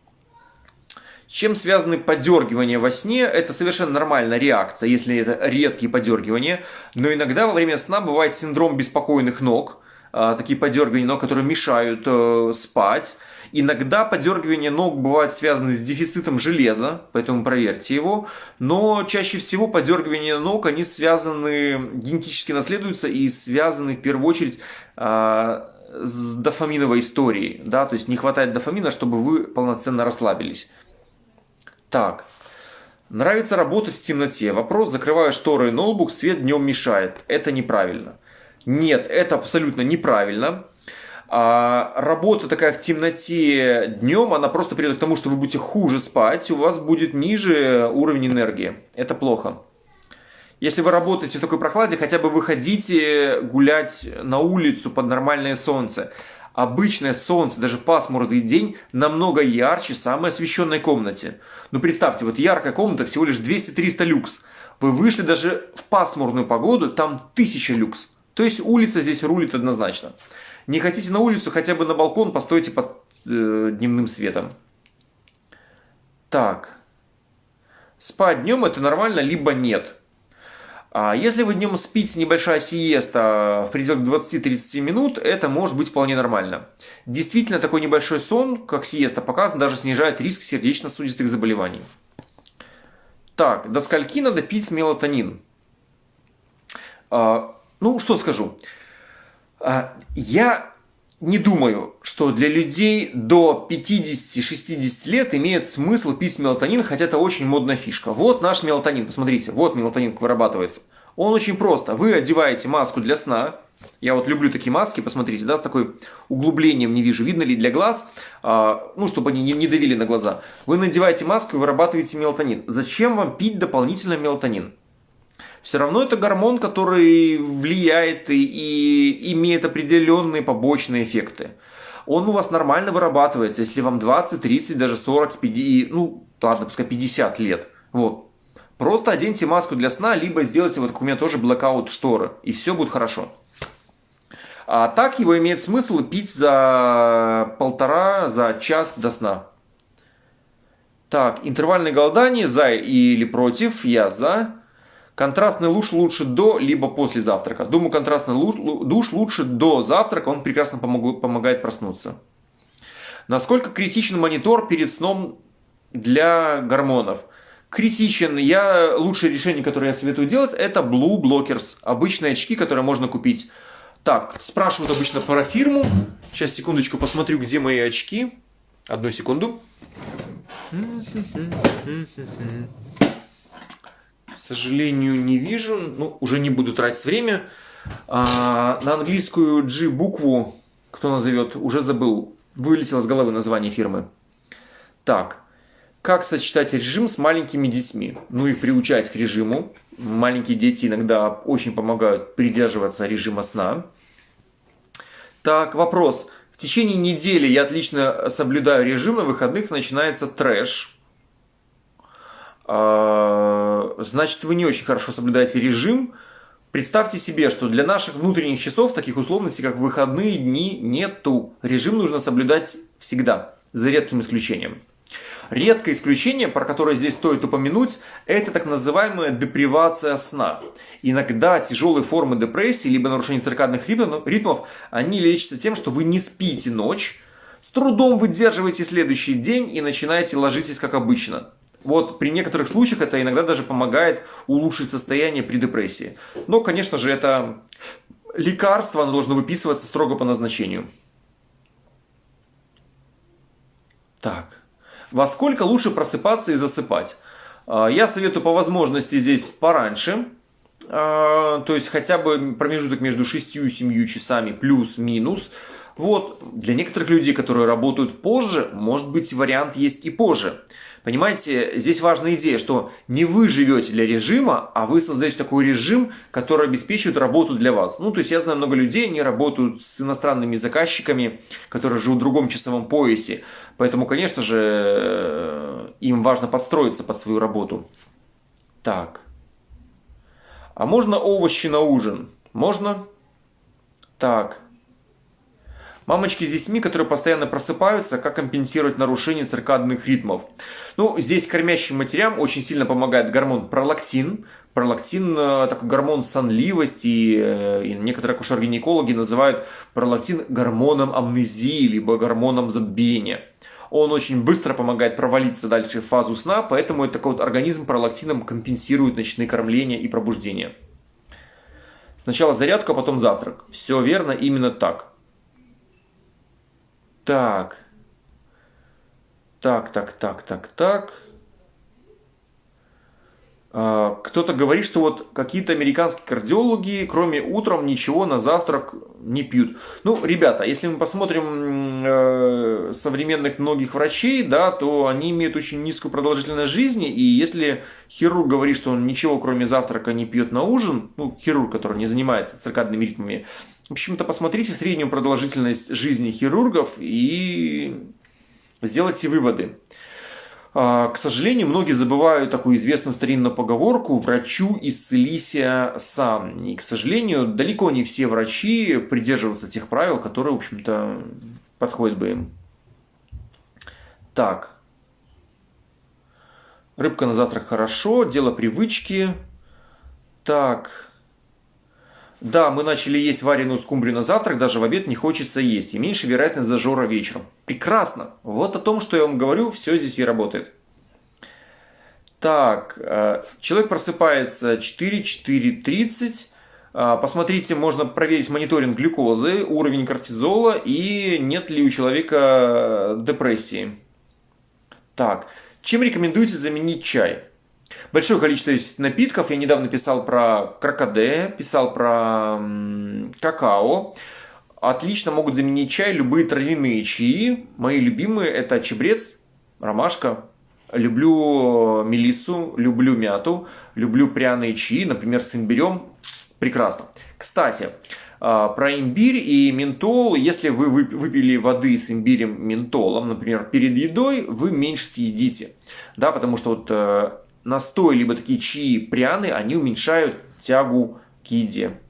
с чем связаны подергивания во сне? Это совершенно нормальная реакция, если это редкие подергивания, но иногда во время сна бывает синдром беспокойных ног, такие подергивания ног, которые мешают э, спать. Иногда подергивания ног бывают связаны с дефицитом железа, поэтому проверьте его. Но чаще всего подергивания ног, они связаны, генетически наследуются и связаны в первую очередь э, с дофаминовой историей. Да? То есть не хватает дофамина, чтобы вы полноценно расслабились. Так, нравится работать в темноте. Вопрос: закрываю шторы и ноутбук, свет днем мешает. Это неправильно. Нет, это абсолютно неправильно. А работа такая в темноте днем, она просто приведет к тому, что вы будете хуже спать, у вас будет ниже уровень энергии. Это плохо. Если вы работаете в такой прохладе, хотя бы выходите гулять на улицу под нормальное солнце. Обычное солнце, даже в пасмурный день, намного ярче самой освещенной комнате. Ну представьте, вот яркая комната всего лишь двести-триста люкс. Вы вышли даже в пасмурную погоду, там тысяча люкс. То есть улица здесь рулит однозначно. Не хотите на улицу, хотя бы на балкон постойте под э, дневным светом. Так. Спать днем это нормально, либо нет. А если вы днем спите небольшая сиеста в пределах двадцати-тридцати минут, это может быть вполне нормально. Действительно, такой небольшой сон, как сиеста, показан, даже снижает риск сердечно-сосудистых заболеваний. Так, до скольки надо пить мелатонин? А, ну, что скажу. А, я не думаю, что для людей до пятидесяти-шестидесяти лет имеет смысл пить мелатонин, хотя это очень модная фишка. Вот наш мелатонин, посмотрите, вот мелатонин вырабатывается. Он очень просто. Вы одеваете маску для сна. Я вот люблю такие маски, посмотрите, да, с такой углублением, не вижу, видно ли для глаз, а, ну, чтобы они не, не давили на глаза. Вы надеваете маску и вырабатываете мелатонин. Зачем вам пить дополнительно мелатонин? Все равно это гормон, который влияет и, и имеет определенные побочные эффекты. Он у вас нормально вырабатывается, если вам двадцать, тридцать, даже сорок, пятьдесят, ну ладно, пускай пятьдесят лет. Вот. Просто оденьте маску для сна, либо сделайте, вот как у меня тоже, блэкаут шторы, и все будет хорошо. А так его имеет смысл пить за полтора, за час до сна. Так, интервальное голодание, за или против, я за. Контрастный душ лучше до, либо после завтрака. Думаю, контрастный душ лучше до завтрака, он прекрасно помогает проснуться. Насколько критичен монитор перед сном для гормонов? Критичен. Я, лучшее решение, которое я советую делать, это Blue Blockers. Обычные очки, которые можно купить. Так, спрашивают обычно про фирму. Сейчас, секундочку, посмотрю, где мои очки. Одну секунду. К сожалению, не вижу. Ну, уже не буду тратить время. А, на английскую G букву, кто назовет, уже забыл. Вылетело с головы название фирмы. Так. Как сочетать режим с маленькими детьми? Ну, их приучать к режиму. Маленькие дети иногда очень помогают придерживаться режима сна. Так, вопрос. В течение недели я отлично соблюдаю режим, на выходных начинается трэш. Значит, вы не очень хорошо соблюдаете режим. Представьте себе, что для наших внутренних часов таких условностей, как выходные дни, нету. Режим нужно соблюдать всегда, за редким исключением. Редкое исключение, про которое здесь стоит упомянуть, это так называемая депривация сна. Иногда тяжелые формы депрессии, либо нарушения циркадных ритмов, они лечатся тем, что вы не спите ночь, с трудом выдерживаете следующий день и начинаете ложитесь как обычно. Вот при некоторых случаях это иногда даже помогает улучшить состояние при депрессии. Но, конечно же, это лекарство, оно должно выписываться строго по назначению. Так. Во сколько лучше просыпаться и засыпать? Я советую по возможности здесь пораньше. То есть хотя бы промежуток между шестью и семью часами плюс-минус. Вот. Для некоторых людей, которые работают позже, может быть, вариант есть и позже. Понимаете, здесь важная идея, что не вы живете для режима, а вы создаете такой режим, который обеспечивает работу для вас. Ну, то есть я знаю много людей, они работают с иностранными заказчиками, которые живут в другом часовом поясе. Поэтому, конечно же, им важно подстроиться под свою работу. Так. А можно овощи на ужин? Можно? Так. Мамочки с детьми, которые постоянно просыпаются, как компенсировать нарушение циркадных ритмов? Ну, здесь кормящим матерям очень сильно помогает гормон пролактин. Пролактин – такой гормон сонливости, и некоторые акушер-гинекологи называют пролактин гормоном амнезии, либо гормоном забвения. Он очень быстро помогает провалиться дальше в фазу сна, поэтому это такой вот организм пролактином компенсирует ночные кормления и пробуждения. Сначала зарядка, а потом завтрак. Все верно, именно так. Так, так, так, так, так, так. А, Кто-то говорит, что вот какие-то американские кардиологи, кроме утром, ничего на завтрак не пьют. Ну, ребята, если мы посмотрим э, современных многих врачей, да, то они имеют очень низкую продолжительность жизни. И если хирург говорит, что он ничего кроме завтрака не пьет на ужин, ну, хирург, который не занимается циркадными ритмами, в общем-то, посмотрите среднюю продолжительность жизни хирургов и сделайте выводы. К сожалению, многие забывают такую известную старинную поговорку «врачу исцелися сам». И, к сожалению, далеко не все врачи придерживаются тех правил, которые, в общем-то, подходят бы им. Так. Рыбка на завтрак хорошо, дело привычки. Так. Да, мы начали есть вареную скумбрию на завтрак, даже в обед не хочется есть. И меньше вероятность зажора вечером. Прекрасно. Вот о том, что я вам говорю, все здесь и работает. Так, человек просыпается четыре-четыре тридцать. Посмотрите, можно проверить мониторинг глюкозы, уровень кортизола и нет ли у человека депрессии. Так, чем рекомендуете заменить чай? Большое количество напитков. Я недавно писал про крокоде, писал про м, какао. Отлично могут заменить чай любые травяные чаи. Мои любимые это чабрец, ромашка. Люблю мелиссу, люблю мяту, люблю пряные чаи, например, с имбирем. Прекрасно. Кстати, про имбирь и ментол. Если вы выпили воды с имбирем, ментолом, например, перед едой, вы меньше съедите. Да, потому что вот настой, либо такие чаи пряные, они уменьшают тягу к еде.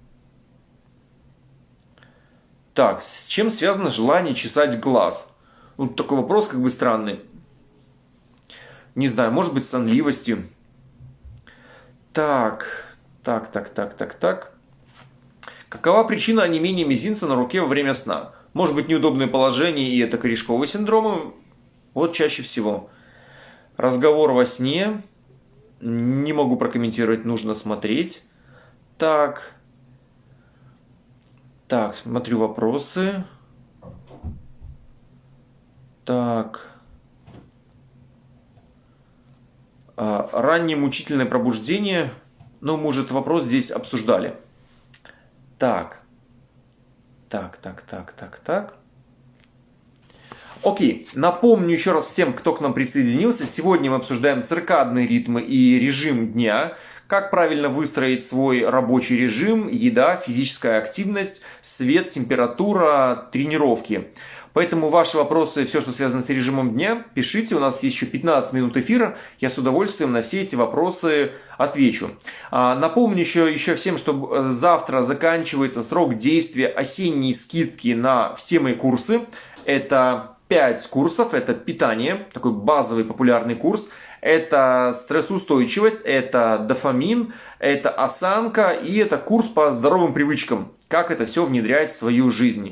Так, с чем связано желание чесать глаз? Вот такой вопрос как бы странный. Не знаю, может быть, с сонливостью. Так, так, так, так, так, так. Какова причина онемения мизинца на руке во время сна? Может быть, неудобное положение, и это корешковый синдром? Вот чаще всего. Разговор во сне. Не могу прокомментировать, нужно смотреть. Так. Так, смотрю вопросы. Так. А, раннее мучительное пробуждение. Ну, мы уже этот вопрос здесь обсуждали. Так. Так, так, так, так, так. Окей, напомню еще раз всем, кто к нам присоединился. Сегодня мы обсуждаем циркадные ритмы и режим дня. Как правильно выстроить свой рабочий режим, еда, физическая активность, свет, температура, тренировки. Поэтому ваши вопросы, все, что связано с режимом дня, пишите. У нас есть еще пятнадцать минут эфира. Я с удовольствием на все эти вопросы отвечу. Напомню еще, еще всем, что завтра заканчивается срок действия осенней скидки на все мои курсы. Это пять курсов. Это питание, такой базовый популярный курс. Это стрессоустойчивость, это дофамин, это осанка и это курс по здоровым привычкам. Как это все внедрять в свою жизнь.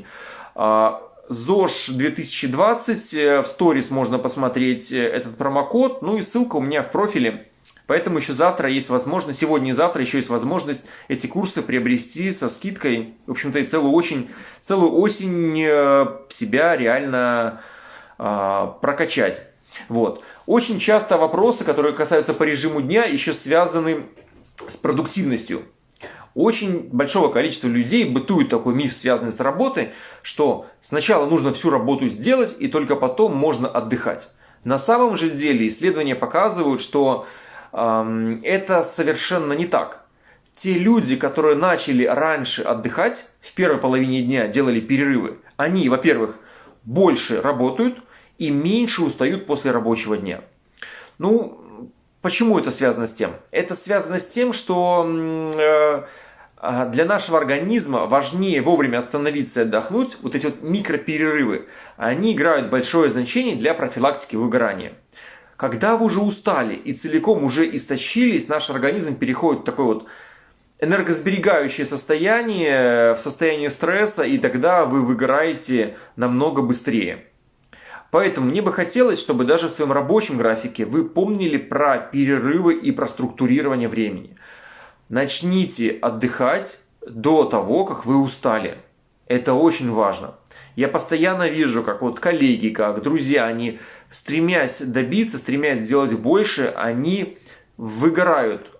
ЗОЖ две тысячи двадцать, в сторис можно посмотреть этот промокод, ну и ссылка у меня в профиле. Поэтому еще завтра есть возможность, сегодня и завтра еще есть возможность эти курсы приобрести со скидкой. В общем-то и целую, очень, целую осень себя реально э, прокачать. Вот. Очень часто вопросы, которые касаются по режиму дня, еще связаны с продуктивностью. Очень большого количества людей бытует такой миф, связанный с работой, что сначала нужно всю работу сделать, и только потом можно отдыхать. На самом же деле исследования показывают, что э, это совершенно не так. Те люди, которые начали раньше отдыхать, в первой половине дня делали перерывы, они, во-первых, больше работают и меньше устают после рабочего дня. Ну, почему это связано с тем? Это связано с тем, что э, для нашего организма важнее вовремя остановиться и отдохнуть. Вот эти вот микроперерывы, они играют большое значение для профилактики выгорания. Когда вы уже устали и целиком уже истощились, наш организм переходит в такое вот энергосберегающее состояние, в состояние стресса, и тогда вы выгораете намного быстрее. Поэтому мне бы хотелось, чтобы даже в своем рабочем графике вы помнили про перерывы и про структурирование времени. Начните отдыхать до того, как вы устали. Это очень важно. Я постоянно вижу, как вот коллеги, как друзья, они, стремясь добиться, стремясь сделать больше, они выгорают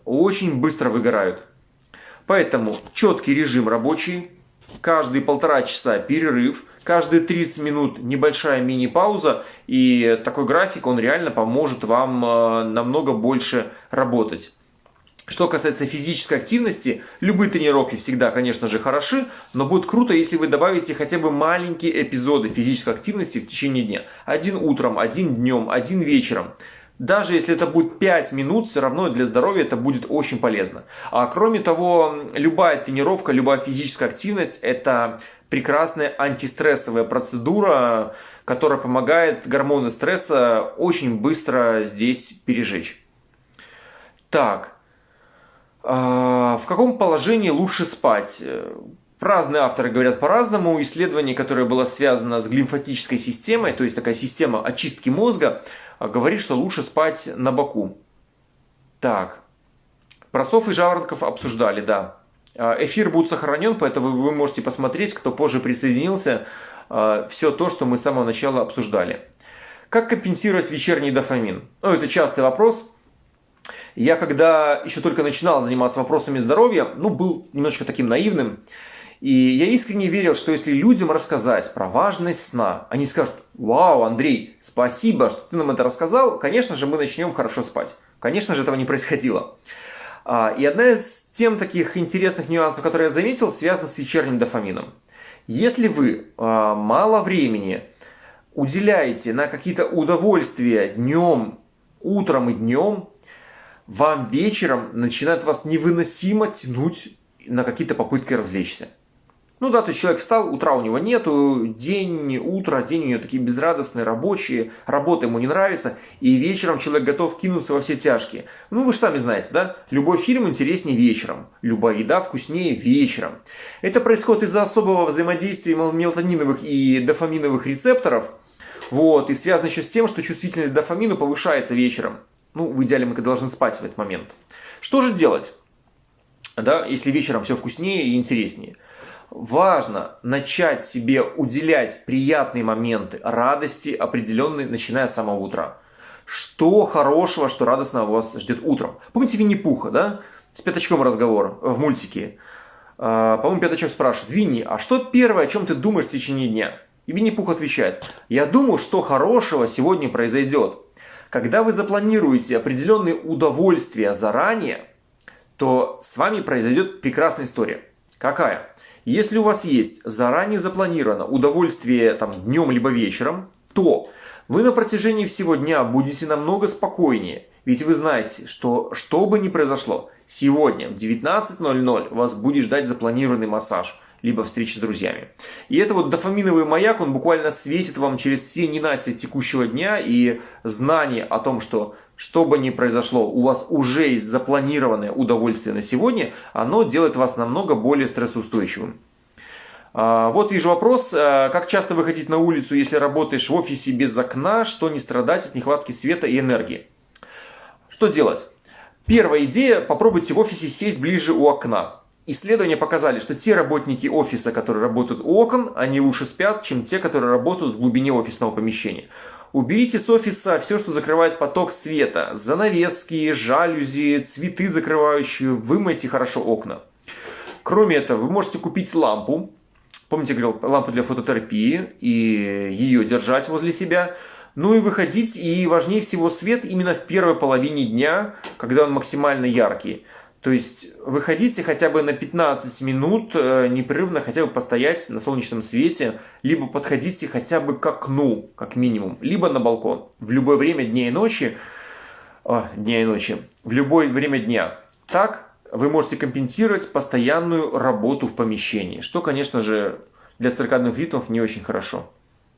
очень быстро выгорают. Поэтому четкий режим рабочий, каждые полтора часа перерыв, каждые тридцать минут небольшая мини-пауза, и такой график, он реально поможет вам намного больше работать. Что касается физической активности, любые тренировки всегда, конечно же, хороши, но будет круто, если вы добавите хотя бы маленькие эпизоды физической активности в течение дня. Один утром, один днем, один вечером. Даже если это будет пять минут, все равно для здоровья это будет очень полезно. А кроме того, любая тренировка, любая физическая активность – это прекрасная антистрессовая процедура, которая помогает гормоны стресса очень быстро здесь пережечь. Так. В каком положении лучше спать? Разные авторы говорят по-разному. Исследование, которое было связано с глимфатической системой, то есть такая система очистки мозга, говорит, что лучше спать на боку. Так. Про сов и жаворонков обсуждали, да. Эфир будет сохранен, поэтому вы можете посмотреть, кто позже присоединился, все то, что мы с самого начала обсуждали. Как компенсировать вечерний дофамин? Ну, это частый вопрос. Я когда еще только начинал заниматься вопросами здоровья, ну, был немножечко таким наивным. И я искренне верил, что если людям рассказать про важность сна, они скажут: «Вау, Андрей, спасибо, что ты нам это рассказал, конечно же, мы начнем хорошо спать». Конечно же, этого не происходило. И одна из тем таких интересных нюансов, которые я заметил, связана с вечерним дофамином. Если вы мало времени уделяете на какие-то удовольствия днем, утром и днем, вам вечером начинает вас невыносимо тянуть на какие-то попытки развлечься. Ну да, то есть человек встал, утра у него нету, день, утро, день у него такие безрадостные, рабочие, работа ему не нравится, и вечером человек готов кинуться во все тяжкие. Ну вы же сами знаете, да, любой фильм интереснее вечером, любая еда вкуснее вечером. Это происходит из-за особого взаимодействия мелатониновых и дофаминовых рецепторов, вот, и связано еще с тем, что чувствительность к дофамину повышается вечером. Ну, в идеале мы должны спать в этот момент. Что же делать, да, если вечером все вкуснее и интереснее? Важно начать себе уделять приятные моменты радости определенные, начиная с самого утра. Что хорошего, что радостного вас ждет утром? Помните Винни-Пуха, да? С Пятачком разговор в мультике. По-моему, Пятачок спрашивает: «Винни, а что первое, о чем ты думаешь в течение дня?» И Винни-Пух отвечает: «Я думаю, что хорошего сегодня произойдет». Когда вы запланируете определенные удовольствия заранее, то с вами произойдет прекрасная история. Какая? Если у вас есть заранее запланировано удовольствие там, днем либо вечером, то вы на протяжении всего дня будете намного спокойнее. Ведь вы знаете, что что бы ни произошло, сегодня в девятнадцать ноль ноль вас будет ждать запланированный массаж, либо встреча с друзьями. И это вот дофаминовый маяк, он буквально светит вам через все ненастья текущего дня, и знание о том, что что бы ни произошло, у вас уже есть запланированное удовольствие на сегодня, оно делает вас намного более стрессоустойчивым. Вот вижу вопрос: как часто выходить на улицу, если работаешь в офисе без окна, что не страдать от нехватки света и энергии? Что делать? Первая идея: попробуйте в офисе сесть ближе у окна. Исследования показали, что те работники офиса, которые работают у окон, они лучше спят, чем те, которые работают в глубине офисного помещения. Уберите с офиса все, что закрывает поток света. Занавески, жалюзи, цветы закрывающие. Вымойте хорошо окна. Кроме этого, вы можете купить лампу. Помните, я говорил, лампу для фототерапии. И ее держать возле себя. Ну и выходить. И важнее всего свет именно в первой половине дня, когда он максимально яркий. То есть выходите хотя бы на пятнадцать минут, непрерывно хотя бы постоять на солнечном свете, либо подходите хотя бы к окну, как минимум, либо на балкон. В любое время дня и ночи, о, дня и ночи, в любое время дня. Так вы можете компенсировать постоянную работу в помещении, что, конечно же, для циркадных ритмов не очень хорошо.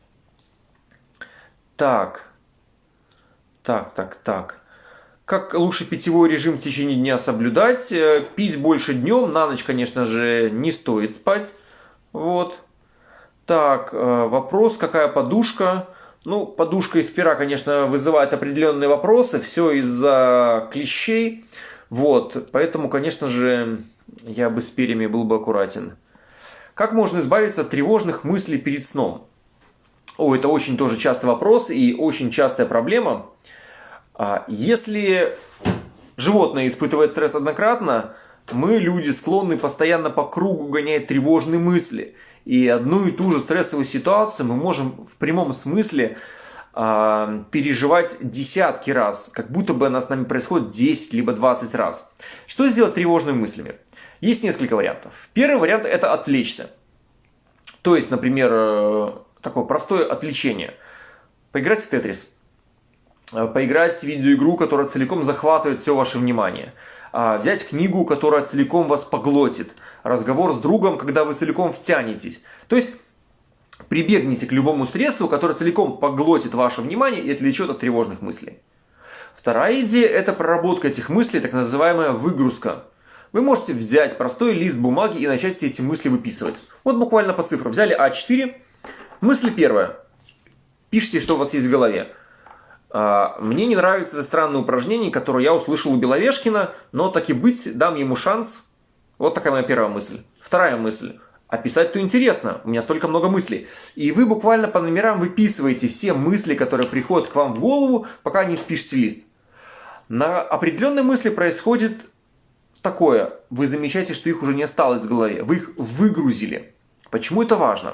Так, так, так, так. Как лучше питьевой режим в течение дня соблюдать? Пить больше днем, на ночь, конечно же, не стоит спать. Вот. Так, вопрос, какая подушка? Ну, подушка из пера, конечно, вызывает определенные вопросы. Все из-за клещей. Вот, поэтому, конечно же, я бы с перьями был бы аккуратен. Как можно избавиться от тревожных мыслей перед сном? О, это очень тоже частый вопрос и очень частая проблема. Если животное испытывает стресс однократно, мы, люди, склонны постоянно по кругу гонять тревожные мысли. И одну и ту же стрессовую ситуацию мы можем в прямом смысле э, переживать десятки раз, как будто бы она с нами происходит десять либо двадцать раз. Что сделать с тревожными мыслями? Есть несколько вариантов. Первый вариант – это отвлечься. То есть, например, такое простое отвлечение. Поиграть в тетрис. Поиграть в видеоигру, которая целиком захватывает все ваше внимание. Взять книгу, которая целиком вас поглотит. Разговор с другом, когда вы целиком втянетесь. То есть, прибегните к любому средству, которое целиком поглотит ваше внимание и отвлечет от тревожных мыслей. Вторая идея – это проработка этих мыслей, так называемая выгрузка. Вы можете взять простой лист бумаги и начать все эти мысли выписывать. Вот буквально по цифрам. Взяли а четыре. Мысль первая. Пишите, что у вас есть в голове. Мне не нравится это странное упражнение, которое я услышал у Беловешкина, но так и быть, дам ему шанс. Вот такая моя первая мысль. Вторая мысль. А писать-то интересно, у меня столько много мыслей. И вы буквально по номерам выписываете все мысли, которые приходят к вам в голову, пока не спишете лист. На определенной мысли происходит такое. Вы замечаете, что их уже не осталось в голове. Вы их выгрузили. Почему это важно?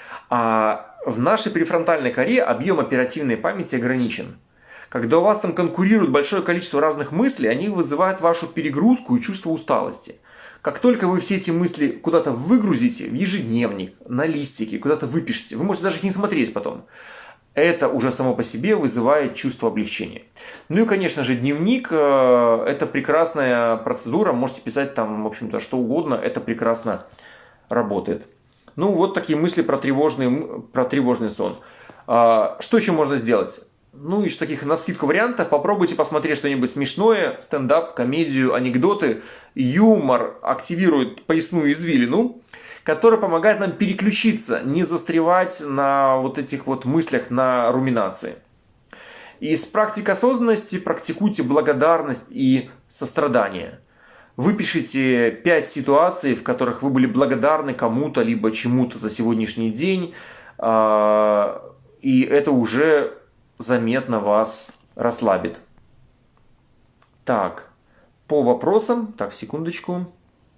А в нашей префронтальной коре объем оперативной памяти ограничен. Когда у вас там конкурирует большое количество разных мыслей, они вызывают вашу перегрузку и чувство усталости. Как только вы все эти мысли куда-то выгрузите в ежедневник, на листике, куда-то выпишете, вы можете даже их не смотреть потом. Это уже само по себе вызывает чувство облегчения. Ну и, конечно же, дневник – это прекрасная процедура. Можете писать там, в общем-то, что угодно. Это прекрасно работает. Ну, вот такие мысли про тревожный, про тревожный сон. Что еще можно сделать? Ну, из таких навскидку вариантов попробуйте посмотреть что-нибудь смешное, стендап, комедию, анекдоты. Юмор активирует поясную извилину, который помогает нам переключиться, не застревать на вот этих вот мыслях, на руминации. Из практик осознанности практикуйте благодарность и сострадание. Выпишите пять ситуаций, в которых вы были благодарны кому-то, либо чему-то за сегодняшний день, и это уже заметно вас расслабит. Так, по вопросам, так, секундочку.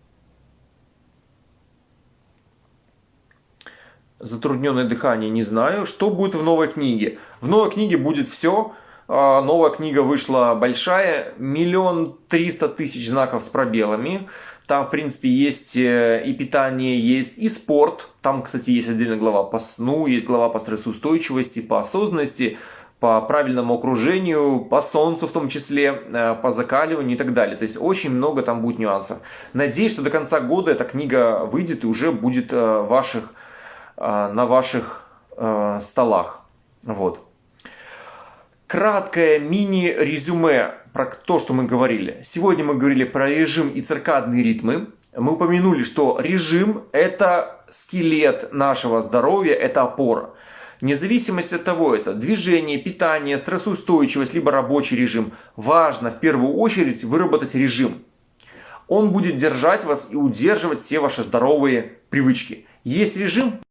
Затрудненное дыхание, не знаю. Что будет в новой книге? В новой книге будет все. Новая книга вышла большая, миллион триста тысяч знаков с пробелами. Там, в принципе, есть и питание, есть и спорт. Там, кстати, есть отдельная глава по сну, есть глава по стрессоустойчивости, по осознанности, по правильному окружению, по солнцу в том числе, по закаливанию и так далее. То есть очень много там будет нюансов. Надеюсь, что до конца года эта книга выйдет и уже будет ваших, на ваших столах. Вот. Краткое мини-резюме про то, что мы говорили. Сегодня мы говорили про режим и циркадные ритмы. Мы упомянули, что режим – это скелет нашего здоровья, это опора. Вне зависимости от того, это движение, питание, стрессоустойчивость, либо рабочий режим. Важно в первую очередь выработать режим. Он будет держать вас и удерживать все ваши здоровые привычки. Есть режим,